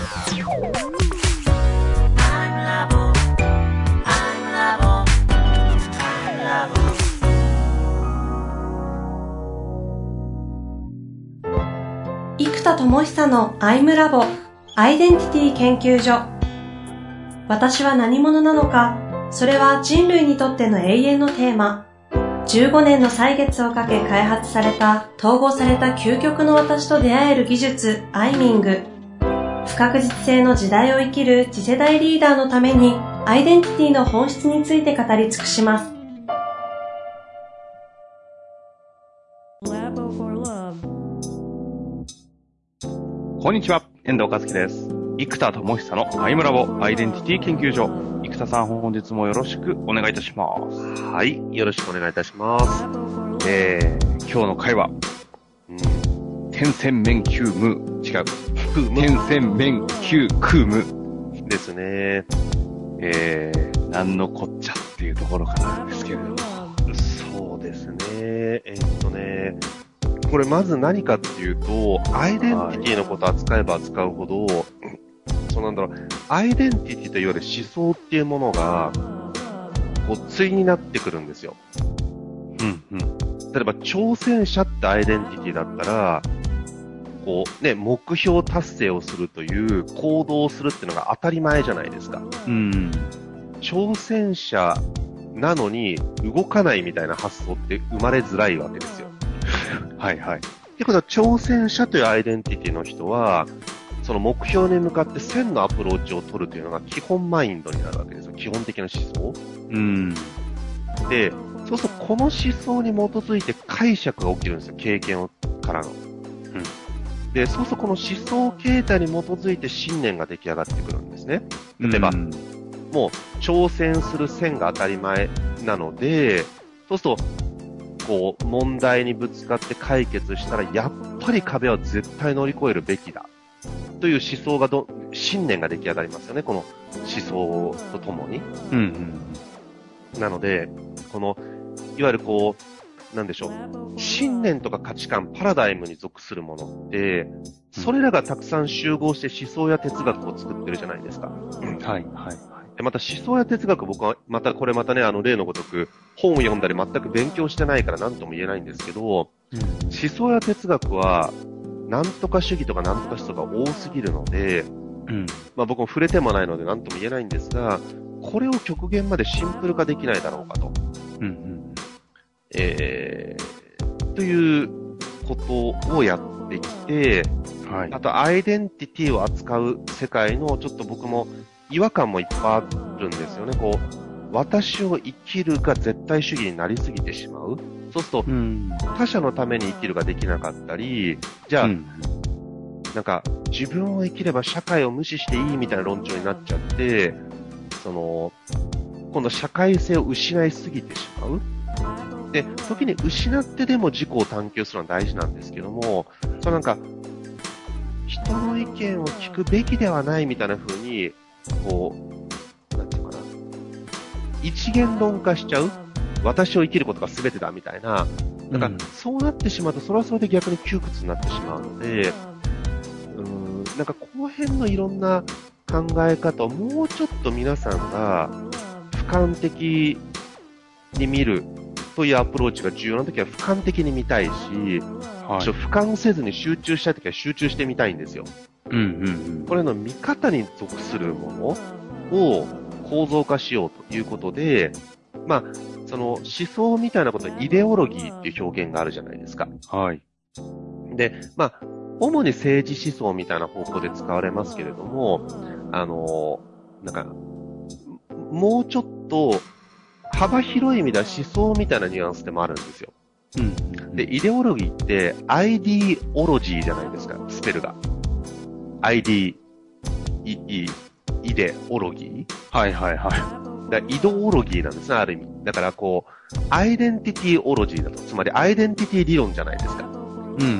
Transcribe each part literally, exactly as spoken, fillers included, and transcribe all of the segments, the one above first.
生田智久のアイムラボアイデンティティ研究所。私は何者なのか、それは人類にとっての永遠のテーマ。じゅうごねんの歳月をかけ開発された統合された究極の私と出会える技術アイミング。不確実性の時代を生きる次世代リーダーのためにアイデンティティの本質について語り尽くします。 こんにちは、遠藤和樹です。生田智久のアイムラボアイデンティティ研究所。生田さん、本日もよろしくお願いいたします。 はい、よろしくお願いいたします。 えー、今日の回は、うん、点線面球無、違う。点線面球空無。 ですね。 えー、なんのこっちゃっていうところからなんですけれども。 そうですね。えー、っとね、これまず何かっていうと、アイデンティティのことを扱えば扱うほど、そうなんだろう、アイデンティティといわゆる思想っていうものが、こう、対になってくるんですよ。 うんうん。 例えば、挑戦者ってアイデンティティだったら、こう、ね、目標達成をするという行動をするっていうのが当たり前じゃないですか。 うん。 挑戦者なのに動かないみたいな発想って生まれづらいわけですよ。 はいはい。 ってことは、挑戦者というアイデンティティの人は、その目標に向かって線のアプローチを取るというのが基本マインドになるわけですよ。基本的な思想。 うん。 で、そうするとこの思想に基づいて解釈が起きるんですよ。経験からの。うん。で、そうするとこの思想形態に基づいて信念が出来上がってくるんですね。例えば、うん、もう挑戦する線が当たり前なので、そうすると、こう、問題にぶつかって解決したら、やっぱり壁は絶対乗り越えるべきだ。という思想がど、信念が出来上がりますよね、この思想とともに。 うんうん、 なので、この、いわゆるこう、なんでしょう、信念とか価値観、パラダイムに属するものって、それらがたくさん集合して思想や哲学を作ってるじゃないですか。 はい、はい、はい。 でまた思想や哲学、僕はまたこれまたね、あの例のごとく本を読んだり全く勉強してないから何とも言えないんですけど、うん、思想や哲学はなんとか主義とかなんとか思想が多すぎるので、うん、まあ僕も触れてもないので何とも言えないんですが、これを極限までシンプル化できないだろうかと。うんうん、えー、ということをやってきて、はい、あとアイデンティティを扱う世界のちょっと僕も違和感もいっぱいあるんですよね。こう、私を生きるが絶対主義になりすぎてしまう。そうすると、うん、他者のために生きるができなかったり、じゃあ、うん、なんか、自分を生きれば社会を無視していいみたいな論調になっちゃって、その、今度社会性を失いすぎてしまう。で、時に失ってでも自己を探求するのは大事なんですけども、そのなんか、人の意見を聞くべきではないみたいな風に、こう、なんていうかな、一元論化しちゃう、私を生きることが全てだみたいな、なんかそうなってしまうと、それはそれで逆に窮屈になってしまうので、うーん、なんかこの辺のいろんな考え方をもうちょっと皆さんが俯瞰的に見るというアプローチが重要なときは俯瞰的に見たいし、はい、俯瞰せずに集中したいときは集中してみたいんですよ。うんうんうん、これの見方に属するものを構造化しようということで、まあ、その思想みたいなことイデオロギーっていう表現があるじゃないですか。はい。で、まあ、主に政治思想みたいな方向で使われますけれども、あの、なんか、もうちょっと幅広い意味では思想みたいなニュアンスでもあるんですよ。うん。で、イデオロギーってアイディオロジーじゃないですか、スペルが。アイディ、イ、イ、イデオロギーはいはいはい。だイドオロギーなんですね、ある意味。だからこう、アイデンティティオロジーだと。つまりアイデンティティ理論じゃないですか。うんうん。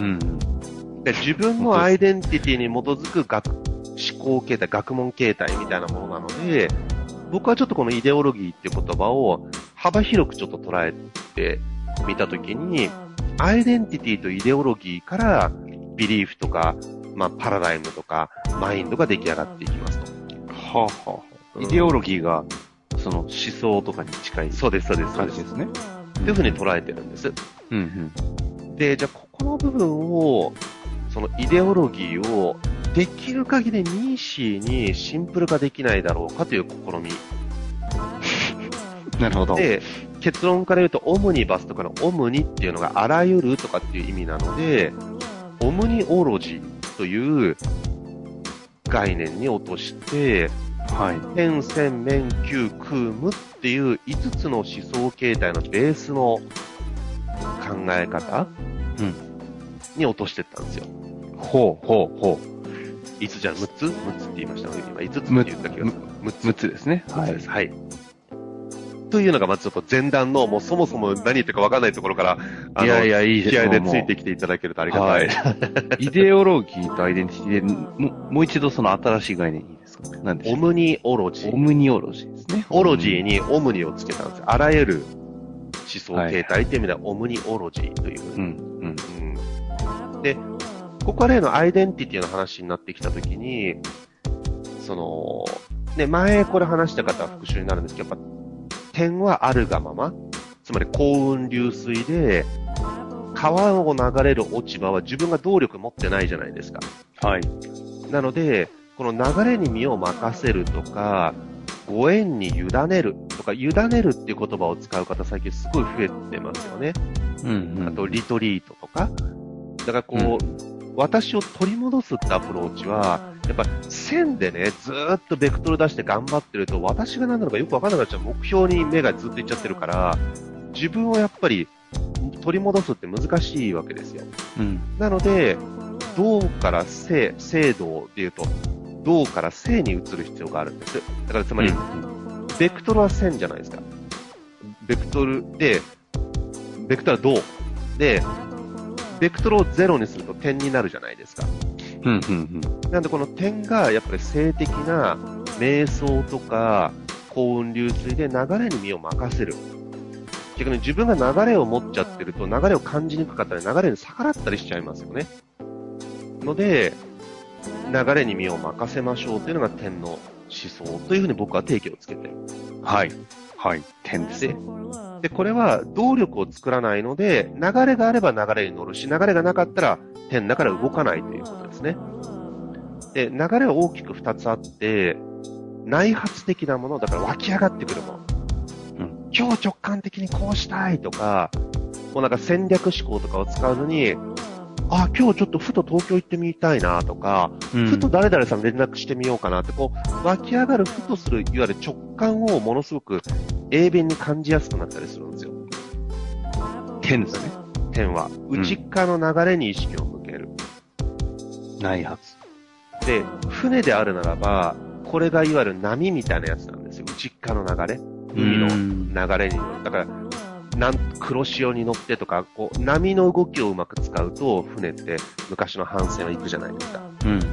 で自分のアイデンティティに基づく学、思考形態、学問形態みたいなものなので、僕はちょっとこのイデオロギーっていう言葉を幅広くちょっと捉えてみたときに、アイデンティティとイデオロギーからビリーフとか、まあ、パラダイムとか、マインドが出来上がっていきますと。 はあ、はあ、イデオロギーが、その思想とかに近い。 そうです、そうです。 感じですね。 というふうに捉えてるんです。 うんうん、で、じゃあ、ここの部分を、そのイデオロギーを、できる限りニーシーにシンプル化できないだろうかという試み。 なるほど。 で、結論から言うと、オムニバスとかのオムニっていうのがあらゆるとかっていう意味なので、オムニオロジーという概念に落として、はい。点、線、面、球、空、無っていういつつの思想形態のベースの考え方、うん、に落としていったんですよ。 ほうほうほう。 いつじゃむっつ ?むっ つって言いましたので、今いつつって言った気がする。 むっつ。むっつですね。 はい。はい。というのが、まずちょっと前段の、もうそもそも何言ってるか分かんないところから、あの、いやいや、いいです気合でついてきていただけるとありがたい。はい、 イデオロギーとアイデンティティで、ももう一度その新しい概念いいですか？何でしょう？ オムニオロジー。 オムニオロジーですね。 オロジーにオムニをつけたんですよ。あらゆる思想形態っていう意味では、オムニオロジーという。うんうんうん、で、ここからのアイデンティティの話になってきたときに、その、ね、前これ話した方は復習になるんですけど、やっぱ点はあるがまま、つまり幸運流水で、川を流れる落ち葉は自分が動力持ってないじゃないですか。はい。なので、この流れに身を任せるとか、ご縁に委ねるとか、委ねるっていう言葉を使う方最近すごい増えてますよね。うんうん、あと、リトリートとか。だからこう、うん、私を取り戻すってアプローチは、やっぱ線でね、ずーっとベクトル出して頑張ってると、私が何なのかよくわからなくなっちゃう。目標に目がずっといっちゃってるから、自分をやっぱり取り戻すって難しいわけですよ。うん、なので、動から静、静動で言うと、動から静に移る必要があるんです。だからつまり、うん、ベクトルは線じゃないですか。ベクトルで、ベクトルは動。で、ベクトルをゼロにすると点になるじゃないですか。うんうんうん、なんでこの点がやっぱり静的な瞑想とか幸運流水で流れに身を任せる。逆に自分が流れを持っちゃってると流れを感じにくかったり流れに逆らったりしちゃいますよね。ので、流れに身を任せましょうというのが点の思想というふうに僕は定義をつけてる。はい。はい。点ですね。で、これは動力を作らないので、流れがあれば流れに乗るし、流れがなかったら点だから動かないということですね。で、流れは大きく二つあって、内発的なもの、だから湧き上がってくるもの。うん、今日直感的にこうしたいとか、もうなんか戦略思考とかを使わずに、あ、今日ちょっとふと東京行ってみたいなとか、うん、ふと誰々さん連絡してみようかなって、こう、湧き上がるふとする、いわゆる直感をものすごく鋭敏に感じやすくなったりするんですよ。点ですね。点は。内側の流れに意識を向ける。うん、内発。で、船であるならば、これがいわゆる波みたいなやつなんですよ。内側の流れ。海の流れに乗る。だから、なん黒潮に乗ってとか、こう、波の動きをうまく使うと、船って昔の帆船は行くじゃないですか。うんうん、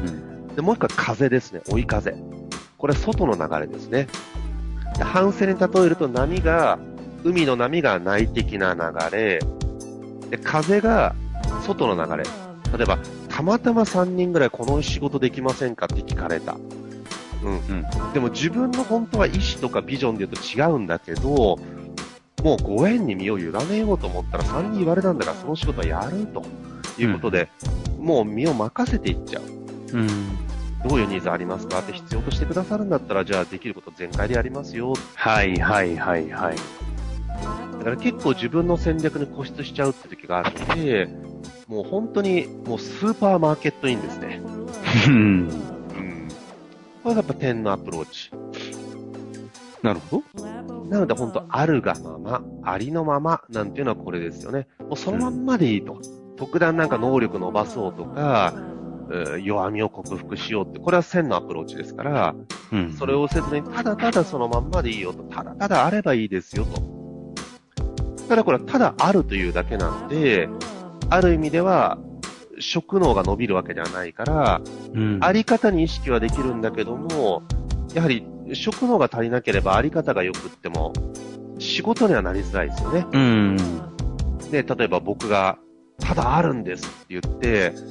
で、もう一個は風ですね。追い風。これ外の流れですね。で、帆船に例えると波が、海の波が内的な流れ、で、風が外の流れ。例えば、たまたまさんにんぐらいこの仕事できませんかって聞かれた。うんうん。でも自分の本当は意思とかビジョンで言うと違うんだけど、もうご縁に身を委ねようと思ったらさんにん言われたんだからその仕事はやるということで、うん、もう身を任せていっちゃう。うん。どういうニーズありますかって必要としてくださるんだったら、じゃあできること全開でやりますよ。はいはいはいはい。だから結構自分の戦略に固執しちゃうって時があるので、もう本当にもうスーパーマーケットインですね。うん。これがやっぱ点のアプローチ。なるほど。なので本当あるがまま、ありのままなんていうのはこれですよね。もうそのまんまでいいと。特段なんか能力伸ばそうとか、弱みを克服しようって、これは線のアプローチですから、うん、それをせずにただただそのまんまでいいよと、ただただあればいいですよと。ただこれはただあるというだけなので、ある意味では、職能が伸びるわけではないから、うん、あり方に意識はできるんだけども、やはり職能が足りなければあり方が良くっても、仕事にはなりづらいですよね。うん、で、例えば僕が、ただあるんですって言って、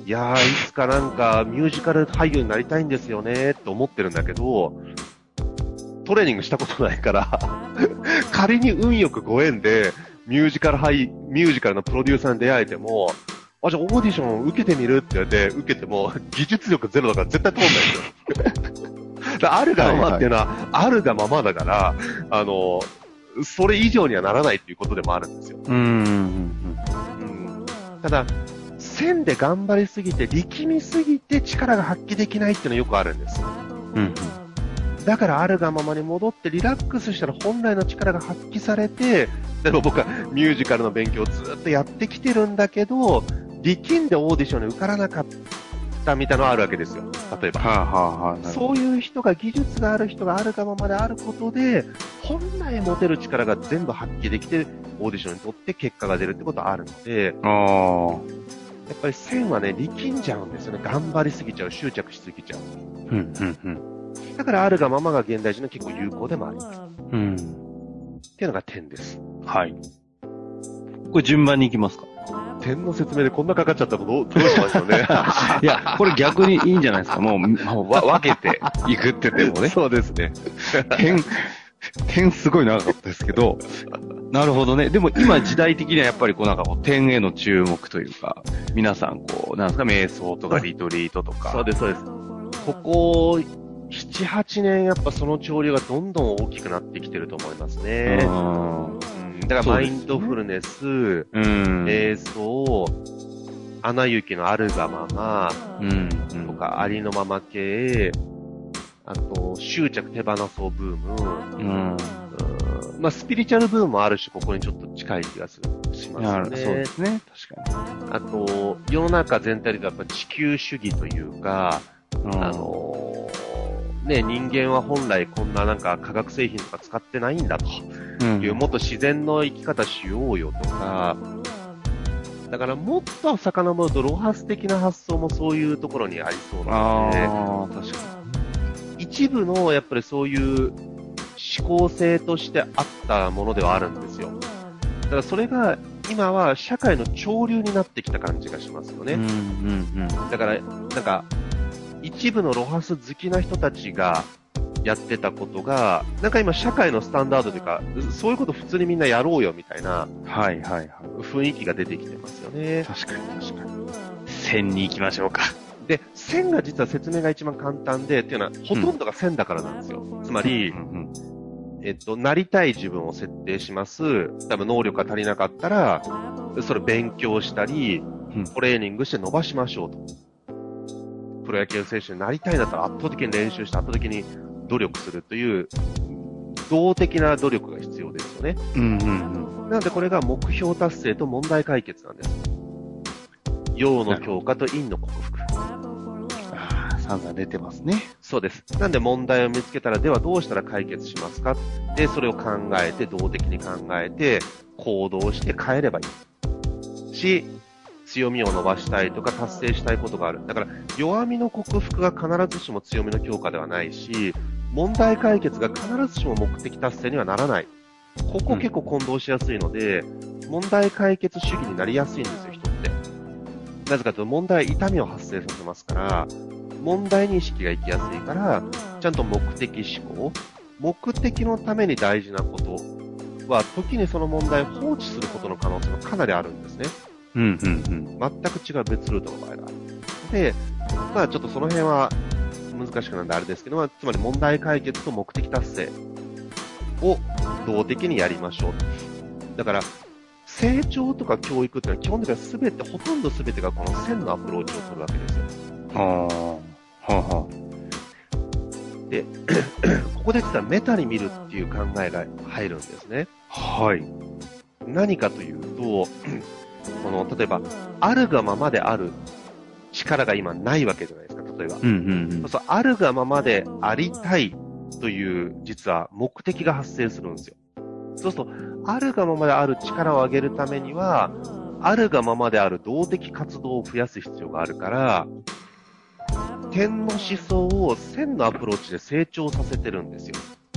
いやー、いつかなんかミュージカル俳優になりたいんですよねって思ってるんだけど、トレーニングしたことないから、仮に運よくご縁でミュージカル俳、ミュージカルのプロデューサーに出会えても、あ、じゃあオーディション受けてみるって言われて、受けても技術力ゼロだから絶対通んないんですよ。だあるがままっていうのは、はいはい、あるがままだから、あの、それ以上にはならないっていうことでもあるんですよ。 うんうんうんうん、 ただ、線で頑張りすぎて、力みすぎて力が発揮できないっていうのはよくあるんです。 うん、 だからあるがままに戻ってリラックスしたら本来の力が発揮されて、例えば僕はミュージカルの勉強をずっとやってきてるんだけど、力んでオーディションに受からなかったみたいなのがあるわけですよ。例えば。 はあはあはあ、 そういう人が、技術がある人があるがままであることで、本来持てる力が全部発揮できて、オーディションにとって結果が出るってことはあるので、 あやっぱり線はね、力んじゃうんですよね。頑張りすぎちゃう、執着しすぎちゃう。 うんうんうん、 だからあるがままが現代人の結構有効でもあります。 うん。 っていうのが点です。 はい。これ順番に行きますか？ 点の説明でこんなかかっちゃったらどう、どうしましょうね。 いや、これ逆にいいんじゃないですか。もう、もうわ分けていくって言ってもね。 そうですね。 点、点すごい長かったですけど、なるほどね。でも今時代的にはやっぱりこうなんかこう点への注目というか、皆さんこう、なんですか、瞑想とかリトリートとか。 そうです、そうです。ここ、七、八年やっぱその潮流がどんどん大きくなってきてると思いますね。だからマインドフルネス、ね、うん、瞑想、アナ雪のあるがまま、うんうん、とかありのまま系、あと執着手放そうブーム、うんうん、まあスピリチュアルブームもあるし、ここにちょっと近い気がするしますね。 そうですね、確かに。あと世の中全体でやっぱ地球主義というか、うん、あのね、人間は本来こんななんか化学製品とか使ってないんだという、うん、もっと自然の生き方しようよとか、だからもっと遡るとロハス的な発想もそういうところにありそうなので、あ、確かに一部のやっぱりそういう思考性としてあったものではあるんですよ。だからそれが今は社会の潮流になってきた感じがしますよね。うんうんうん、だからなんか一部のロハス好きな人たちがやってたことが、なんか今社会のスタンダードというか、そういうこと普通にみんなやろうよみたいな、はいはいはい、雰囲気が出てきてますよね。 確かに確かに。線に行きましょうか。 で、線が実は説明が一番簡単で、っていうのはほとんどが線だからなんですよ。うん、つまり、うんうんうん、えっと、なりたい自分を設定します。多分能力が足りなかったら、それ勉強したり、うん、トレーニングして伸ばしましょうと。プロ野球選手になりたいんだったら圧倒的に練習して圧倒的に努力するという動的な努力が必要ですよね。うんうんうん、なのでこれが目標達成と問題解決なんです。陽の強化と陰の克服。 ああ、散々出てますね。 そうです。なんで問題を見つけたらではどうしたら解決しますか。で、それを考えて動的に考えて行動して変えればいいし、強みを伸ばしたいとか達成したいことがある。だから弱みの克服が必ずしも強みの強化ではないし、問題解決が必ずしも目的達成にはならない。ここ結構混同しやすいので、うん、問題解決主義になりやすいんですよ、人って。なぜかというと問題は痛みを発生させますから、問題認識がいきやすいから、ちゃんと目的思考、目的のために大事なことは、時にその問題を放置することの可能性がかなりあるんですね。うんうんうん、全く違う別ルートの場合がある。で、まあちょっとその辺は難しくなんであれですけど、まあ、つまり問題解決と目的達成を動的にやりましょう。だから、成長とか教育っていうのは基本的には全て、ほとんど全てがこの線のアプローチを取るわけですよ。はあ、はあ、はあ。で、ここで実はメタに見るっていう考えが入るんですね。はい。何かというと、この例えばあるがままである力が今ないわけじゃないですか。例えば、うんうんうん、そうそう、あるがままでありたいという実は目的が発生するんですよ。そうするとあるがままである力を上げるためにはあるがままである動的活動を増やす必要があるから、点の思想を線のアプローチで成長させてるんですよ。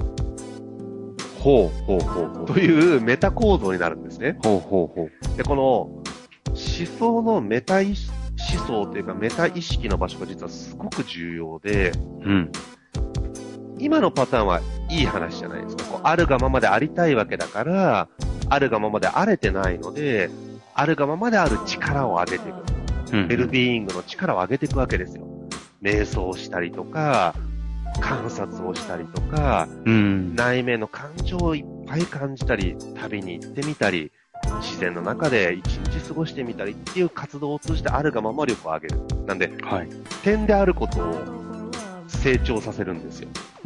ほうほうほうほうというメタ構造になるんですね。ほうほうほう。で、この思想のメタ思思想というかメタ意識の場所が実はすごく重要で、 うん。 今のパターンはいい話じゃないですか。こうあるがままでありたいわけだから、あるがままであれてないので、あるがままである力を上げていく。 うん。 ウェルビーイングの力を上げていくわけですよ。瞑想をしたりとか、観察をしたりとか、 うん。 内面の感情をいっぱい感じたり、旅に行ってみたり、自然の中で一日過ごしてみたりっていう活動を通じてあるがまま力を上げる。なんで、 はい。 点であることを成長させるんですよ。 うん。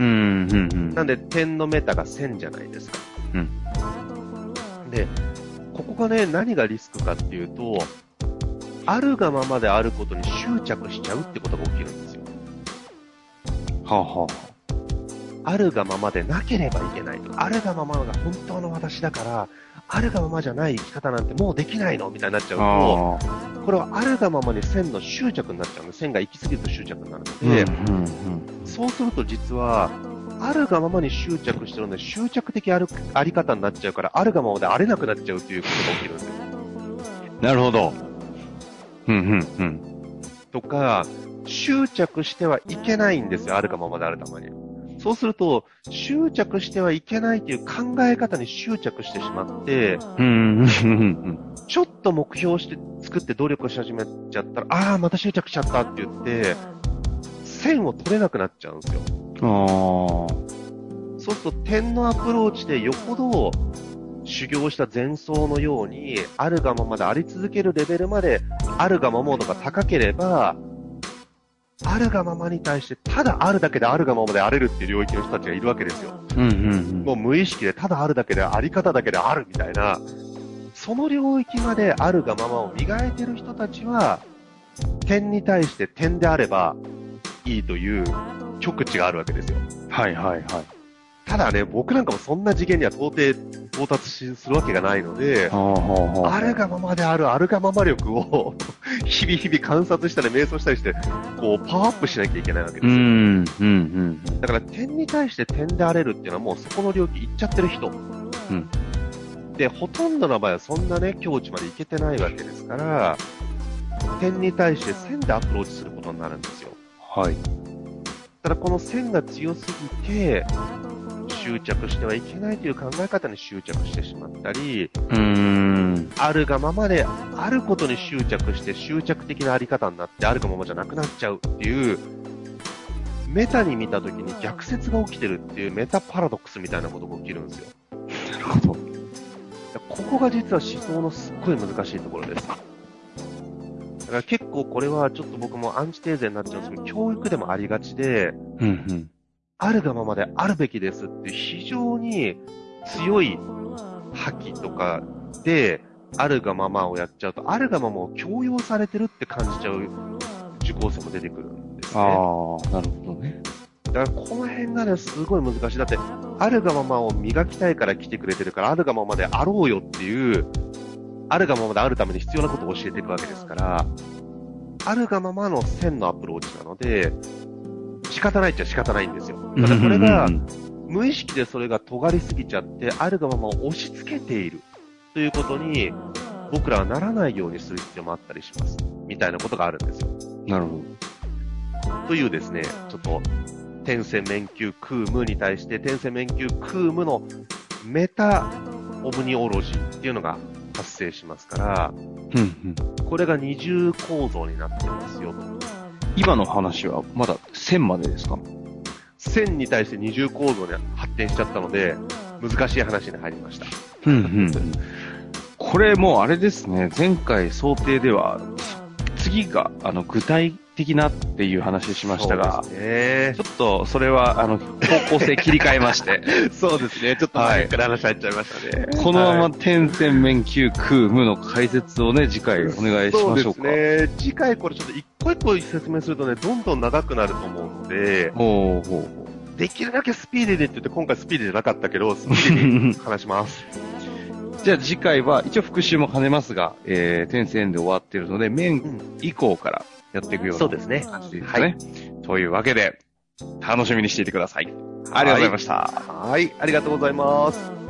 うん。うん。 なんで、点のメタが線じゃないですか。 うん。 で、ここがね、何がリスクかっていうと、あるがままであることに執着しちゃうってことが起きるんですよ。 はあ、はあ、あるがままでなければいけないとか、あるがままが本当の私だから、あるがままじゃない生き方なんてもうできないのみたいになっちゃうあ。 と、これはあるがままに線の執着になっちゃうので、線が行き過ぎると執着になるので、 うん。うん。 そうすると実は、あるがままに執着してるので、執着的あるあり方になっちゃうから、あるがままであれなくなっちゃうということが起きるんですよ。 なるほど。うん。うん。うん。 とか、執着してはいけないんですよ、あるがままであるたまに。そうすると、執着してはいけないという考え方に執着してしまって、 うん。 ちょっと目標して作って努力し始めちゃったら、ああ、また執着しちゃったって言って、線を取れなくなっちゃうんですよ。 ああ。 そうすると、点のアプローチでよほど修行した前奏のように、あるがままであり続けるレベルまで、あるがまま度が高ければ、あるがままに対して、ただあるだけであるがままであれるっていう領域の人たちがいるわけですよ。 うん。うん。 もう無意識でただあるだけであり方だけであるみたいな、その領域まであるがままを磨いてる人たちは、点に対して点であればいいという極地があるわけですよ。 はい。はい。はい。 ただね、僕なんかもそんな次元には到底到達しするわけがないので、 ああるがままであるあるがまま力を日々日々観察したり瞑想したりして、こうパワーアップしなきゃいけないわけですよ。 うん。うん。うん。 だから点に対して点であれるっていうのはもうそこの領域行っちゃってる人。 うん。 で、ほとんどの場合はそんなね、境地まで行けてないわけですから、点に対して線でアプローチすることになるんですよ。 はい。 ただこの線が強すぎて、執着してはいけないという考え方に執着してしまったり、 うーん。 あるがままであることに執着して執着的なあり方になってあるがままじゃなくなっちゃうっていう、メタに見たときに逆説が起きてるっていうメタパラドックスみたいなことが起きるんですよ。 なるほど。 ここが実は思想のすっごい難しいところです。だから結構これはちょっと僕もアンチテーゼになっちゃうんですけど、教育でもありがちで、 うん。うん。 あるがままであるべきですっていう非常に強い覇気とかで、あるがままをやっちゃうと、あるがままを強要されてるって感じちゃう受講生も出てくるんですね。 ああ、なるほどね。 だからこの辺がね、すごい難しい。だって、あるがままを磨きたいから来てくれてるから、あるがままであろうよっていう、あるがままであるために必要なことを教えていくわけですから、あるがままの線のアプローチなので、仕方ないっちゃ仕方ないんですよ。ただこれが、無意識でそれが尖りすぎちゃって、あるがままを押し付けているということに、僕らはならないようにする必要もあったりします。みたいなことがあるんですよ。 なるほど。というですね、ちょっと、天線面球空無に対して、天線面球空無のメタオムニオロジーっていうのが発生しますから、 うん。 これが二重構造になってますよと。 今の話はまだ線までですか？ 線に対して二重構造に発展しちゃったので、難しい話に入りました。 うんうん。これもうあれですね、前回想定では、次があの具体的なっていう話しましたが、 そうですね、 ちょっとそれはあの方向性切り替えまして、 そうですね、ちょっと前から話入っちゃいましたね。 はい、このまま点線面球空無の解説をね、次回お願いしましょうか。 そうですね、次回これちょっと一個一個説明するとね、どんどん長くなると思うので、 ほうほうほうできるだけスピーディーでって言って、今回スピーディーじゃなかったけど、スピーディーに話します。 じゃあ次回は、一応復習も兼ねますが、えー、点線で終わっているので、面以降からやっていくような感じですね。そうですね。はい。というわけで、楽しみにしていてください。ありがとうございました。 はい、ありがとうございます。